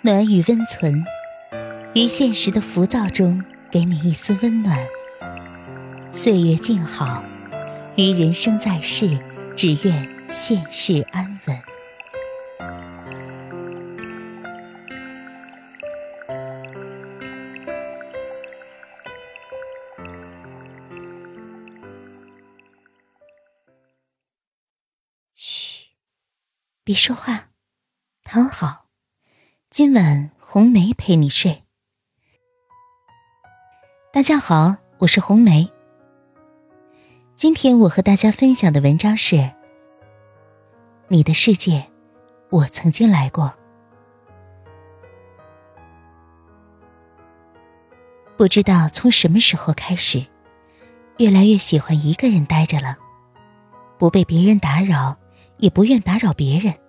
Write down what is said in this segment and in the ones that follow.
暖与温存，于现实的浮躁中给你一丝温暖。岁月静好，于人生在世，只愿现世安稳。嘘，别说话，躺好。今晚红梅陪你睡。大家好，我是红梅。今天我和大家分享的文章是：你的世界，我曾经来过。不知道从什么时候开始，越来越喜欢一个人待着了，不被别人打扰，也不愿打扰别人。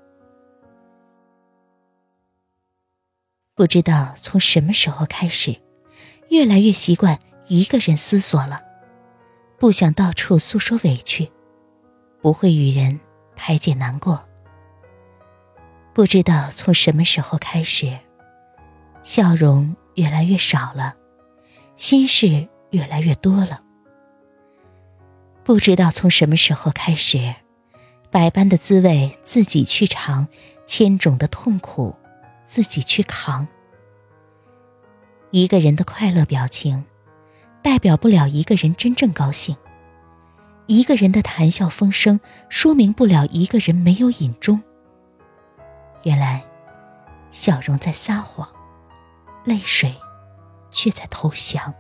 不知道从什么时候开始，越来越习惯一个人思索了，不想到处诉说委屈，不会与人排解难过。不知道从什么时候开始，笑容越来越少了，心事越来越多了。不知道从什么时候开始，百般的滋味自己去尝，千种的痛苦自己去扛。一个人的快乐表情代表不了一个人真正高兴，一个人的谈笑风生说明不了一个人没有隐衷。原来笑容在撒谎，泪水却在投降。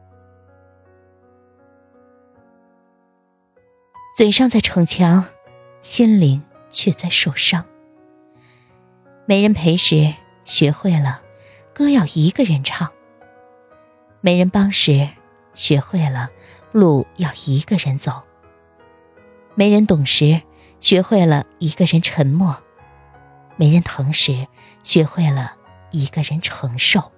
嘴上在逞强，心灵却在受伤。没人陪时，学会了歌要一个人唱；没人帮时，学会了路要一个人走；没人懂时，学会了一个人沉默；没人疼时，学会了一个人承受。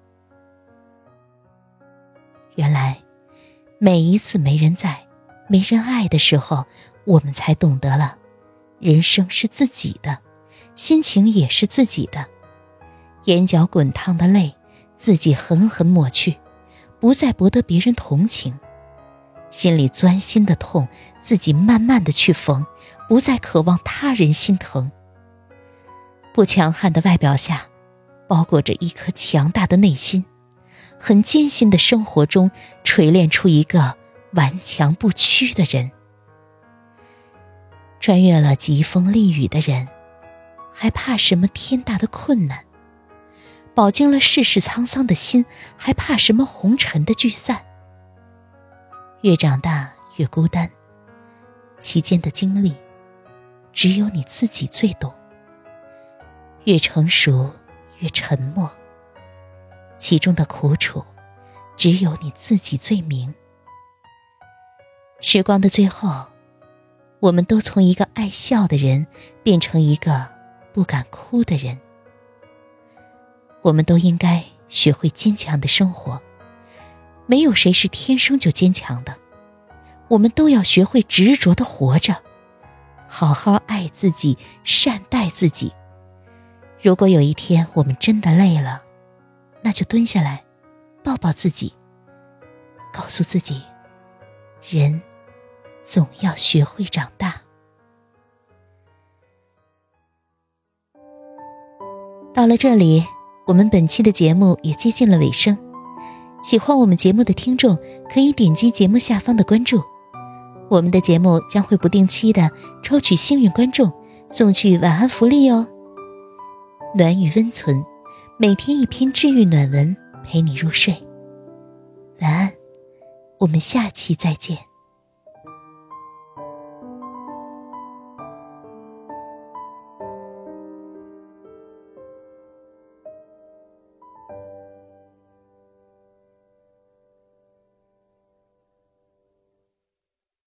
原来，每一次没人在，没人爱的时候，我们才懂得了，人生是自己的，心情也是自己的。眼角滚烫的泪，自己狠狠抹去，不再博得别人同情；心里钻心的痛，自己慢慢的去缝，不再渴望他人心疼。不强悍的外表下，包裹着一颗强大的内心，很艰辛的生活中，锤炼出一个顽强不屈的人。穿越了疾风厉雨的人，还怕什么天大的困难？饱经了世事沧桑的心，还怕什么红尘的聚散？越长大越孤单，其间的经历，只有你自己最懂。越成熟越沉默，其中的苦楚，只有你自己最明。时光的最后，我们都从一个爱笑的人，变成一个不敢哭的人。我们都应该学会坚强的生活，没有谁是天生就坚强的。我们都要学会执着地活着，好好爱自己，善待自己。如果有一天我们真的累了，那就蹲下来，抱抱自己，告诉自己，人总要学会长大。到了这里，我们本期的节目也接近了尾声。喜欢我们节目的听众可以点击节目下方的关注，我们的节目将会不定期的抽取幸运观众，送去晚安福利哦。暖与温存，每天一篇治愈暖文陪你入睡。晚安，我们下期再见。